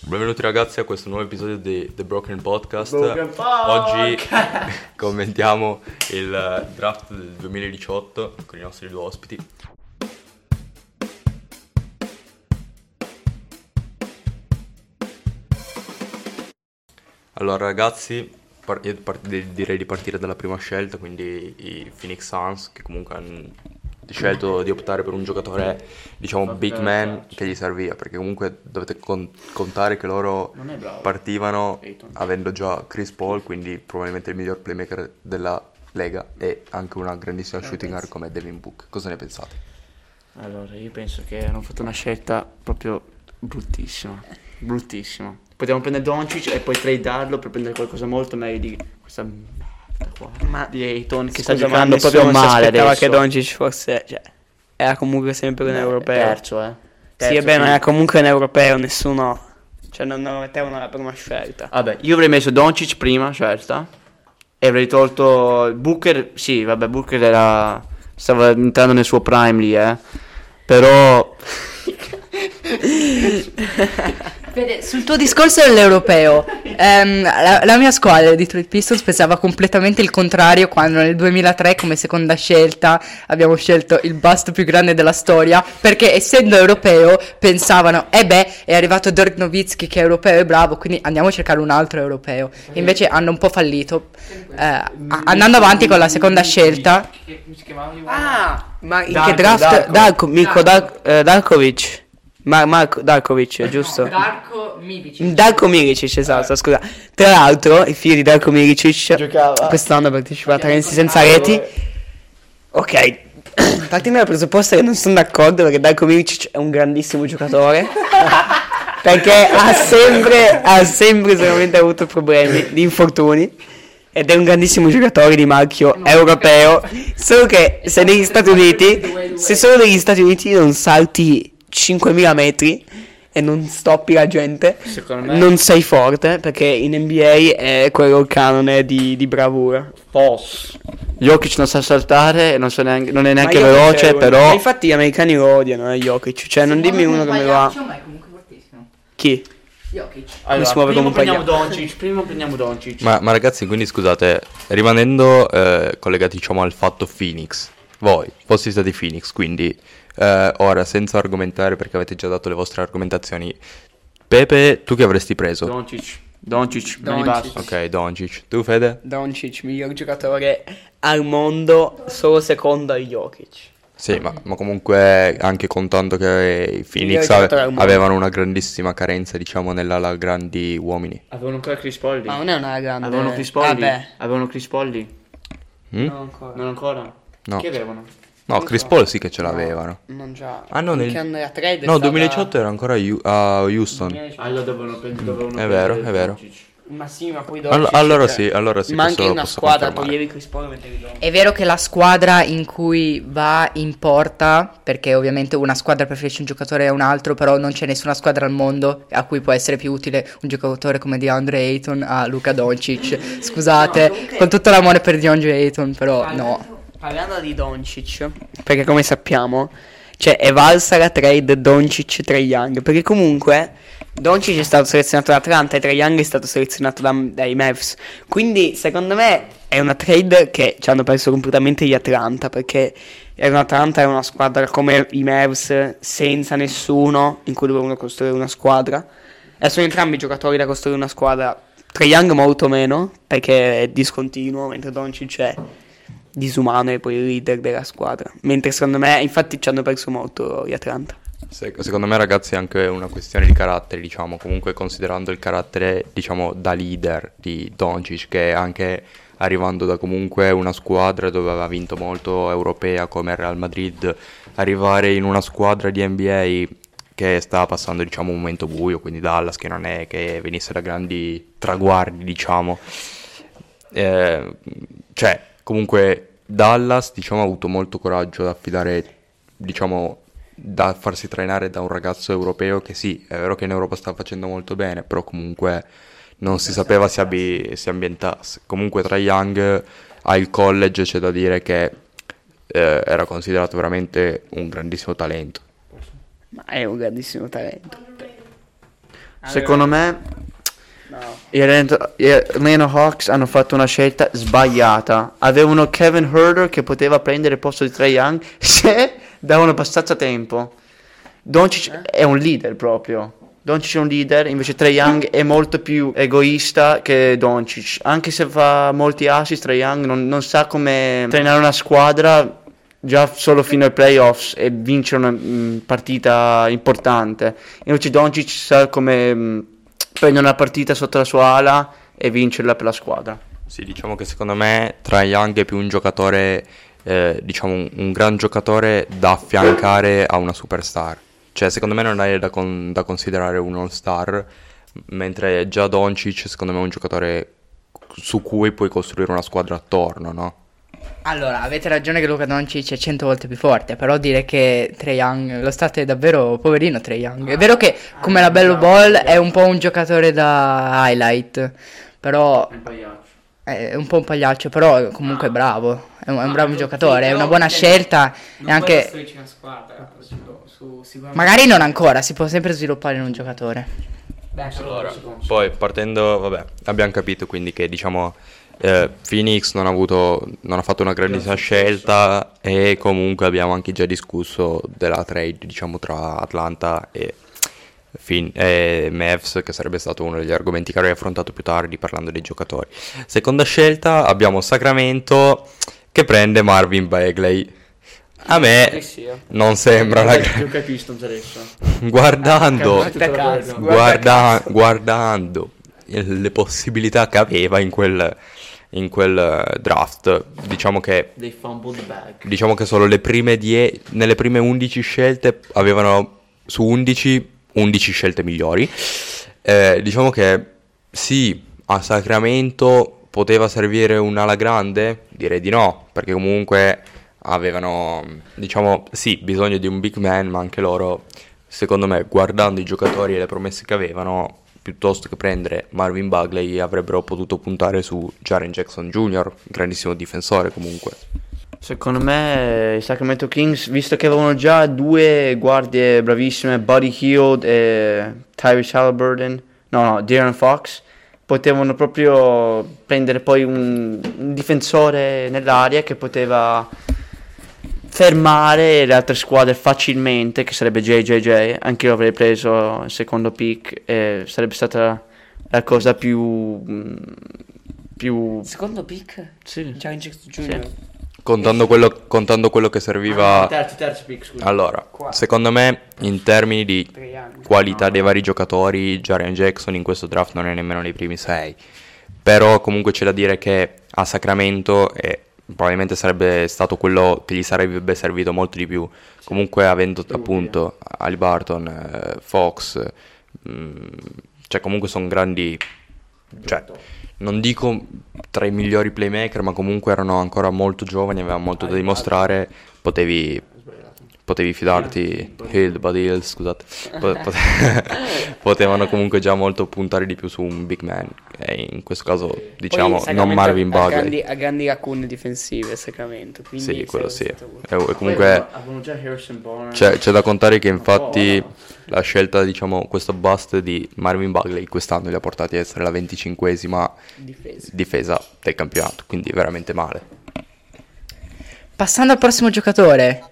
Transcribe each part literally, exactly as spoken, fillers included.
Benvenuti ragazzi a questo nuovo episodio di The Broken Podcast. Broken Oggi commentiamo il draft del duemiladiciotto con i nostri due ospiti. Allora ragazzi, par- io par- direi di partire dalla prima scelta, quindi i Phoenix Suns, che comunque hanno scelto di optare per un giocatore, diciamo, big man che gli serviva, perché comunque dovete con- contare che loro partivano avendo già Chris Paul, quindi probabilmente il miglior playmaker della Lega, e anche una grandissima shooting guard come Devin Book. Cosa ne pensate? Allora, io penso che hanno fatto una scelta proprio bruttissima, bruttissima. Potevamo prendere Doncic e poi tradearlo per prendere qualcosa molto meglio di questa merda qua. Ma di Ayton che sta Scusa, giocando ma proprio nessuno si male aspettava adesso. che Doncic fosse, cioè, era comunque sempre un Beh, europeo. Terzo, eh. Terzo, Sì, è bene, ma sì. era comunque un europeo, nessuno, cioè non non lo mettevano alla prima scelta. Vabbè, io avrei messo Doncic prima scelta e avrei tolto Booker. Sì, vabbè, Booker era stava entrando nel suo prime lì, eh. Però Fede, sul tuo discorso dell'europeo, ehm, la, la mia squadra, Detroit Pistons, pensava completamente il contrario quando nel duemilatré come seconda scelta abbiamo scelto il bust più grande della storia, perché essendo europeo pensavano, eh beh, è arrivato Dirk Nowitzki che è europeo e bravo, quindi andiamo a cercare un altro europeo. Invece hanno un po' fallito, eh, a- andando avanti con la seconda scelta. Ah, ma in Darko, che draft? Darko. Darko, Mirko Dar- eh, Darkovic. Ma- Marco Darkovic, giusto? Darko Milicic. Darko Milicic, esatto, scusa. Tra l'altro, il figlio di Darko Milicic Giocava. quest'anno ha partecipato a Renzi senza reti. Ok, partendo dal presupposto che non sono d'accordo perché Darko Milicic è un grandissimo giocatore. Perché ha sempre, ha sempre solamente avuto problemi di infortuni. Ed è un grandissimo giocatore di marchio europeo. Solo che se negli Stati Uniti, se solo negli Stati Uniti non salti cinquemila metri e non stoppi la gente, Secondo me non sei forte, perché in N B A è quello il canone di, di bravura. false. Jokic non sa saltare, non, sa neanche, non è Ma neanche Jokic veloce, è uno- però Ma infatti gli americani lo odiano, eh, Jokic. Cioè non dimmi uno che me lo ha. Ma è comunque fortissimo. Chi? Jokic. allora, si muove prima come un prendiamo pagliaccio. Doncic, prima prendiamo Doncic. Ma, ma ragazzi, quindi scusate, rimanendo eh, collegati diciamo al fatto Phoenix, voi fossi stati Phoenix, quindi eh, ora senza argomentare perché avete già dato le vostre argomentazioni, Pepe, tu che avresti preso? Doncic, Doncic, mani Doncic. basse. Ok, Doncic. Tu Fede? Doncic, miglior giocatore al mondo, solo secondo a Jokic. Sì, ma, ma comunque anche contando che i Phoenix Miglior giocatore al ave- mondo. avevano una grandissima carenza, diciamo, nell'ala grandi uomini. Avevano ancora Chris Paul lì. Ma non è una grande. Avevano Chris Paul lì. Vabbè. Avevano Chris Paul lì. Mm? Non ancora. Non ancora? No. Chi avevano? No, non Chris so. Paul sì che ce l'avevano. Non già. Ah, no, nel- Che anno era trade? No, stava- duemiladiciotto era ancora a Hu- a Houston. Allora dovevano prendere, dovevano È vero, prendere è vero. Doncic. Ma sì, ma poi All- Doncic, allora cioè, sì, allora sì, Ma anche questo in lo una posso squadra confermare. toglievi Chris Paul e mettevi Doncic. È vero che la squadra in cui va importa, perché ovviamente una squadra preferisce un giocatore a un altro, però non c'è nessuna squadra al mondo a cui può essere più utile un giocatore come DeAndre Ayton a Luka Doncic. Scusate, No, comunque- con tutto l'amore per DeAndre Ayton, però no. Parlando di Doncic, perché come sappiamo, cioè è valsa la trade Doncic-Trae Young, perché comunque Doncic è stato selezionato da Atlanta e Trae Young è stato selezionato da- dai Mavs, quindi secondo me è una trade che ci hanno perso completamente gli Atlanta, perché era un Atlanta, era una squadra come i Mavs senza nessuno, in cui dovevano costruire una squadra, e sono entrambi giocatori da costruire una squadra. Trae Young molto meno, perché è discontinuo, mentre Doncic è disumano e poi il leader della squadra. Mentre secondo me, infatti, ci hanno perso molto gli Atlanta. Se- secondo me ragazzi è anche una questione di carattere, diciamo, comunque considerando il carattere, diciamo, da leader di Doncic, che anche arrivando da comunque una squadra dove aveva vinto molto europea come Real Madrid, arrivare in una squadra di N B A che stava passando, diciamo, un momento buio, quindi Dallas che non è che venisse da grandi traguardi, diciamo, eh, cioè comunque Dallas, diciamo, ha avuto molto coraggio ad affidare, diciamo, da farsi trainare da un ragazzo europeo che sì, è vero che in Europa sta facendo molto bene, però comunque non si sapeva si, abi- si ambientasse. Comunque Trae Young al college c'è da dire che eh, era considerato veramente un grandissimo talento. Ma è un grandissimo talento. Secondo me No. i Atlanta gli Atlanta Hawks hanno fatto una scelta sbagliata. Avevano Kevin Huerter che poteva prendere il posto di Trae Young se davano abbastanza tempo. Doncic Eh? è un leader proprio. Doncic è un leader, invece Trae Young è molto più egoista che Doncic. Anche se fa molti assist, Trae Young non, non sa come trainare una squadra già solo fino ai playoffs e vincere una mh, partita importante. Invece Doncic sa come mh, prendere una partita sotto la sua ala e vincerla per la squadra. Sì, diciamo che secondo me Trae Young è più un giocatore, eh, diciamo un, un gran giocatore da affiancare a una superstar. Cioè, secondo me non è da, con- da considerare un all-star, mentre già Doncic, secondo me, è un giocatore su cui puoi costruire una squadra attorno, no? Allora, avete ragione che Luka Doncic è cento volte più forte, però dire che Trae Young, lo state davvero poverino Trae Young. È vero che come la Bello Ball è un po' un giocatore da highlight, però è un po' un pagliaccio, però comunque è bravo, è un, è un bravo giocatore, è una buona scelta e anche magari non ancora, si può sempre sviluppare in un giocatore. Allora, poi partendo, vabbè, abbiamo capito quindi che diciamo eh, Phoenix non ha avuto, non ha fatto una grandissima scelta e comunque abbiamo anche già discusso della trade diciamo tra Atlanta e, Fin- e Mavs, che sarebbe stato uno degli argomenti che avrei affrontato più tardi parlando dei giocatori. Seconda scelta abbiamo Sacramento che prende Marvin Bagley. A me non sembra la gra- Gioca ai Pistons adesso. guardando Guarda caso. guarda- guardando le possibilità che aveva in quel, in quel eh, draft, diciamo che They fumbled the bag. diciamo che solo le prime die- nelle prime undici scelte avevano su undici undici scelte migliori. Eh, diciamo che sì, a Sacramento poteva servire un'ala grande? Direi di no, perché comunque avevano, diciamo, sì, bisogno di un big man, ma anche loro, secondo me, guardando i giocatori e le promesse che avevano, piuttosto che prendere Marvin Bagley, avrebbero potuto puntare su Jaren Jackson Junior, grandissimo difensore comunque. Secondo me i Sacramento Kings, visto che avevano già due guardie bravissime, Buddy Hield e Tyrese Halliburton, no no, De'Aaron Fox, potevano proprio prendere poi un, un difensore nell'area che poteva fermare le altre squadre facilmente, che sarebbe J J J. Anche io avrei preso il secondo pick e sarebbe stata la cosa più mh, più Secondo pick? sì. Jaren Jackson Junior Contando quello, contando quello che serviva. terzo, terzo pick, scusa. Allora, secondo me, in termini di qualità dei vari giocatori, Jaren Jackson in questo draft non è nemmeno nei primi sei. Però comunque c'è da dire che a Sacramento eh, probabilmente sarebbe stato quello che gli sarebbe servito molto di più. Comunque avendo appunto Halliburton, eh, Fox, mh, cioè comunque sono grandi, cioè non dico tra i migliori playmaker, ma comunque erano ancora molto giovani, avevano molto da dimostrare, potevi potevi fidarti, Hill, Buddy Hield, scusate, po- pot- potevano comunque già molto puntare di più su un big man, e in questo caso diciamo non Marvin ha Bagley. grandi, ha grandi lacune difensive Sacramento, quindi Sì, quello sì. sarebbe E, stato- e comunque avevano già Harrison Barnes. c'è, c'è da contare che infatti la scelta, diciamo, questo bust di Marvin Bagley quest'anno li ha portati a essere la venticinquesima difesa. difesa del campionato, quindi veramente male. Passando al prossimo giocatore,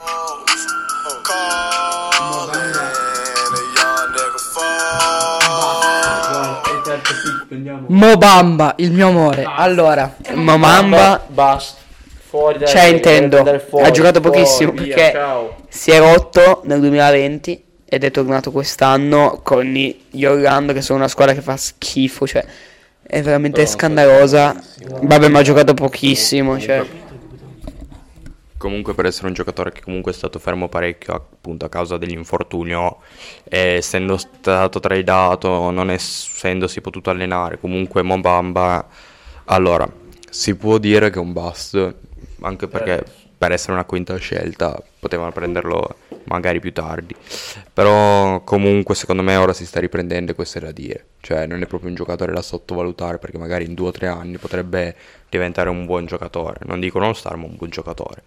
Mo Bamba, il mio amore. Allora, Mo Bamba basta. Fuori dai, Cioè, intendo, andare fuori, ha giocato fuori, pochissimo via, perché ciao. si è rotto nel duemilaventi ed è tornato quest'anno con gli Orlando, che sono una squadra che fa schifo, cioè è veramente scandalosa. Vabbè, ma ha giocato pochissimo, cioè. Comunque per essere un giocatore che comunque è stato fermo parecchio appunto a causa dell'infortunio, e essendo stato tradato, non essendosi potuto allenare, comunque Mo Bamba, allora si può dire che è un bust, anche perché per essere una quinta scelta potevano prenderlo magari più tardi, però comunque secondo me ora si sta riprendendo e questo è da dire, cioè non è proprio un giocatore da sottovalutare, perché magari in due o tre anni potrebbe diventare un buon giocatore, non dico non star ma un buon giocatore.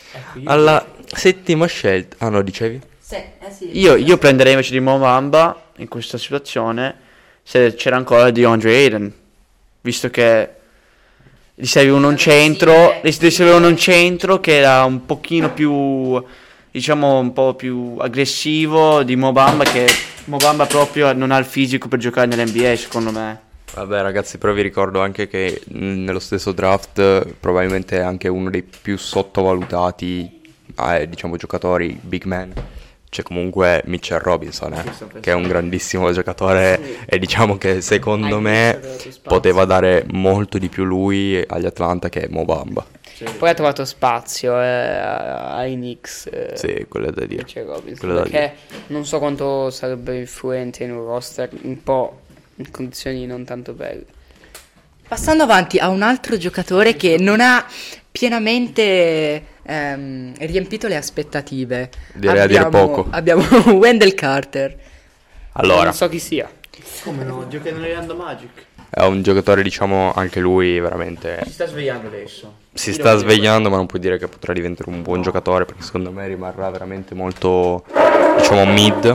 Alla settima scelta, ah no dicevi? Io, io prenderei invece di Mo Bamba in questa situazione se c'era ancora DeAndre Ayton, visto che gli serviva un centro, gli serviva un centro che era un pochino più, diciamo, un po' più aggressivo di Mo Bamba, che Mo Bamba proprio non ha il fisico per giocare nell'N B A, secondo me. Vabbè ragazzi, però vi ricordo anche che mh, nello stesso draft probabilmente è anche uno dei più sottovalutati, eh, diciamo, giocatori big man. C'è comunque Mitchell Robinson, eh, che è un grandissimo giocatore e diciamo che secondo me poteva dare molto di più lui agli Atlanta che Mo Bamba. Sì. Poi ha trovato spazio eh, ai Knicks. Eh, Sì, quello è da dire. Mitchell Robinson, Quello da perché non so quanto sarebbe influente in un roster un po' in condizioni non tanto belle. Passando avanti a un altro giocatore che non ha pienamente ehm, riempito le aspettative. Direi a dire Abbiamo- poco. Abbiamo Wendell Carter. Allora, Non so chi sia. Come no? Gioca nell'Orlando Magic. è un giocatore, diciamo, anche lui veramente Si sta svegliando adesso. si sta svegliando, ma non puoi dire che potrà diventare un buon giocatore, perché secondo me rimarrà veramente molto, diciamo, mid.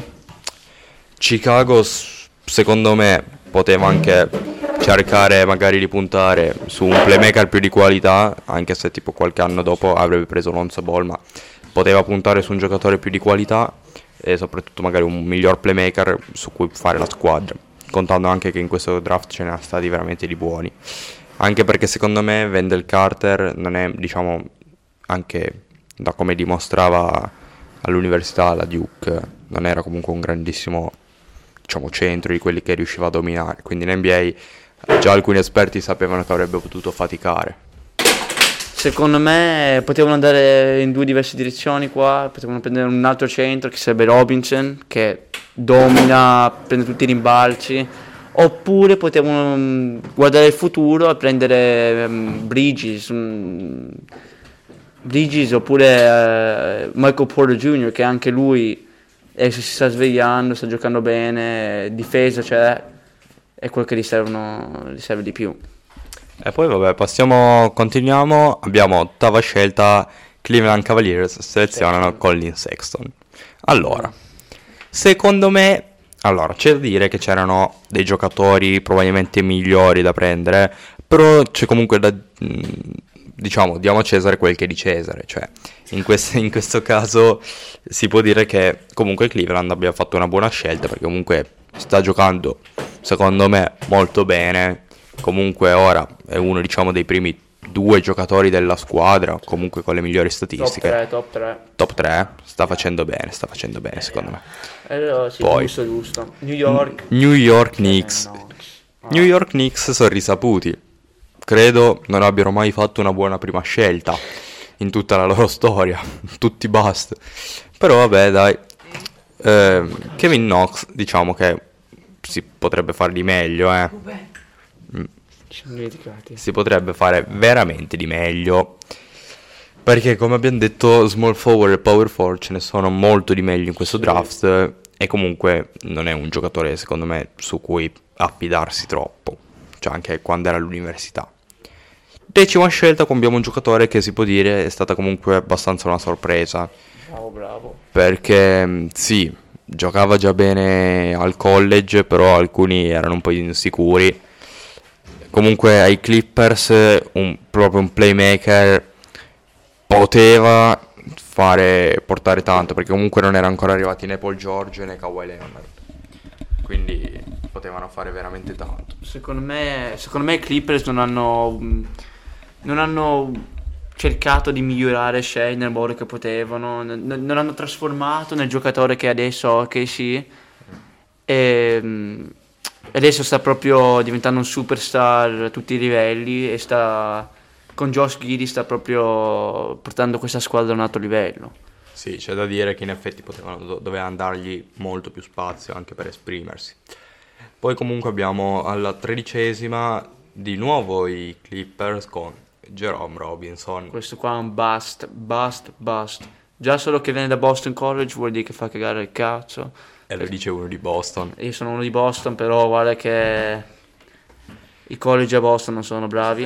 Chicago, s- secondo me, poteva anche cercare magari di puntare su un playmaker più di qualità, anche se tipo qualche anno dopo avrebbe preso Lonzo Ball, ma poteva puntare su un giocatore più di qualità e soprattutto magari un miglior playmaker su cui fare la squadra, contando anche che in questo draft ce ne sono stati veramente di buoni. Anche perché secondo me Wendell Carter non è, diciamo, anche da come dimostrava all'università, alla Duke, non era comunque un grandissimo, diciamo, centro di quelli che riusciva a dominare. Quindi in N B A già alcuni esperti sapevano che avrebbe potuto faticare. Secondo me potevano andare in due diverse direzioni qua, potevano prendere un altro centro che sarebbe Robinson, che domina, prende tutti i rimbalzi, oppure potevano mm, guardare il futuro e prendere mm, Bridges, mm, Bridges oppure eh, Michael Porter Junior, che anche lui adesso si sta svegliando, sta giocando bene, difesa c'è, è quello che gli, servono, gli serve di più. E poi vabbè, passiamo, continuiamo, abbiamo ottava scelta, Cleveland Cavaliers selezionano Collin Sexton. Allora, secondo me, allora, c'è da dire che c'erano dei giocatori probabilmente migliori da prendere, però c'è comunque da, mh, diciamo, diamo a Cesare quel che è di Cesare, cioè in, quest- in questo caso si può dire che comunque Cleveland abbia fatto una buona scelta, perché comunque sta giocando, secondo me, molto bene. Comunque ora è uno, diciamo, dei primi due giocatori della squadra, comunque con le migliori Top statistiche. tre, top tre. Top tre, sta facendo bene, sta facendo bene secondo me. Eh, sì, Poi. giusto, giusto. New York. New York Knicks. Eh, no. New York Knicks sono risaputi. Credo non abbiano mai fatto una buona prima scelta in tutta la loro storia. Tutti bust. Però vabbè, dai. Eh, Kevin Knox, diciamo che si potrebbe fare di meglio, eh. Ci siamo dimenticati. Si potrebbe fare veramente di meglio, perché come abbiamo detto small forward e power forward ce ne sono molto di meglio in questo draft, e comunque non è un giocatore secondo me su cui affidarsi troppo, cioè anche quando era all'università. Decima scelta, qua abbiamo un giocatore che si può dire è stata comunque abbastanza una sorpresa, Bravo, bravo. perché mh, sì, giocava già bene al college, però alcuni erano un po' insicuri. Comunque ai Clippers un, proprio un playmaker poteva fare, portare tanto, perché comunque non era ancora arrivati né Paul George né Kawhi Leonard, quindi potevano fare veramente tanto. Secondo me, secondo me i Clippers non hanno, mh, non hanno cercato di migliorare Shea nel modo che potevano, n- non l'hanno trasformato nel giocatore che adesso O K C, e mh, adesso sta proprio diventando un superstar a tutti i livelli, e sta con Josh Giddey sta proprio portando questa squadra a un altro livello. Sì, c'è da dire che in effetti potevano, do- dovevano dargli molto più spazio anche per esprimersi. Poi comunque abbiamo alla tredicesima di nuovo i Clippers con Jerome Robinson. Questo qua è un bust, bust, bust. Già solo che viene da Boston College vuol dire che fa cagare il cazzo. E lo dice uno di Boston. Io sono uno di Boston, però guarda che i college a Boston non sono bravi.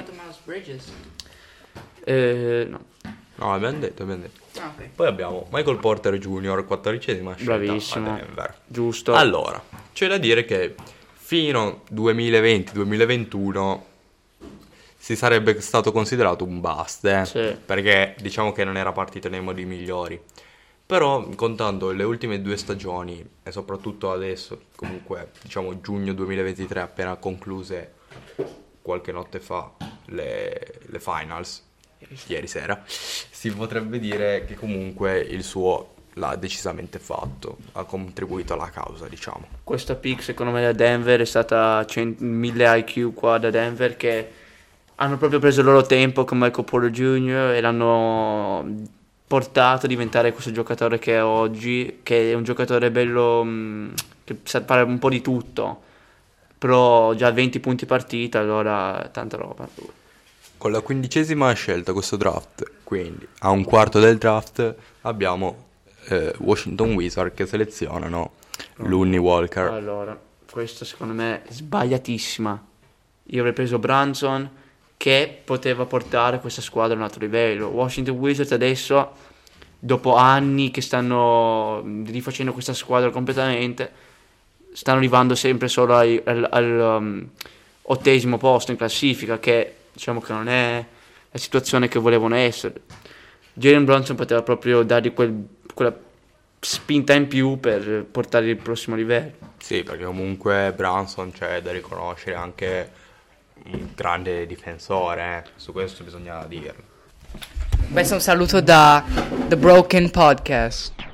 Eh, no. No, abbiamo detto, abbiamo detto. Ah, ok. Poi abbiamo Michael Porter Junior, quattordicesima scelta Bravissimo. a Denver. Giusto. Allora, C'è da dire che fino duemilaventi duemilaventuno si sarebbe stato considerato un bust, eh? Sì. Perché diciamo che non era partito nei modi migliori. Però contando le ultime due stagioni e soprattutto adesso, comunque diciamo giugno duemilaventitré, appena concluse qualche notte fa le, le finals, ieri sera, si potrebbe dire che comunque il suo l'ha decisamente fatto, ha contribuito alla causa, diciamo. Questa pick secondo me da Denver è stata cento, mille I Q qua da Denver, che hanno proprio preso il loro tempo con Michael Porter Junior e l'hanno portato a diventare questo giocatore che è oggi, che è un giocatore bello, mh, che sa fare un po' di tutto, però già venti punti partita, allora tanta roba. Con la quindicesima scelta questo draft, quindi a un quarto del draft, abbiamo eh, Washington Wizards che selezionano Lonnie Walker. Allora, questo secondo me è sbagliatissima. Io avrei preso Brunson, che poteva portare questa squadra a un altro livello. Washington Wizards adesso, dopo anni che stanno rifacendo questa squadra completamente, stanno arrivando sempre solo ai, al, al um, ottesimo posto in classifica, che diciamo che non è la situazione che volevano essere. Jalen Brunson poteva proprio dargli quel, quella spinta in più per portare il prossimo livello. Sì, perché comunque Brunson c'è da riconoscere anche un grande difensore, eh. Su questo bisogna dirlo. Questo è un saluto da The Broken Podcast.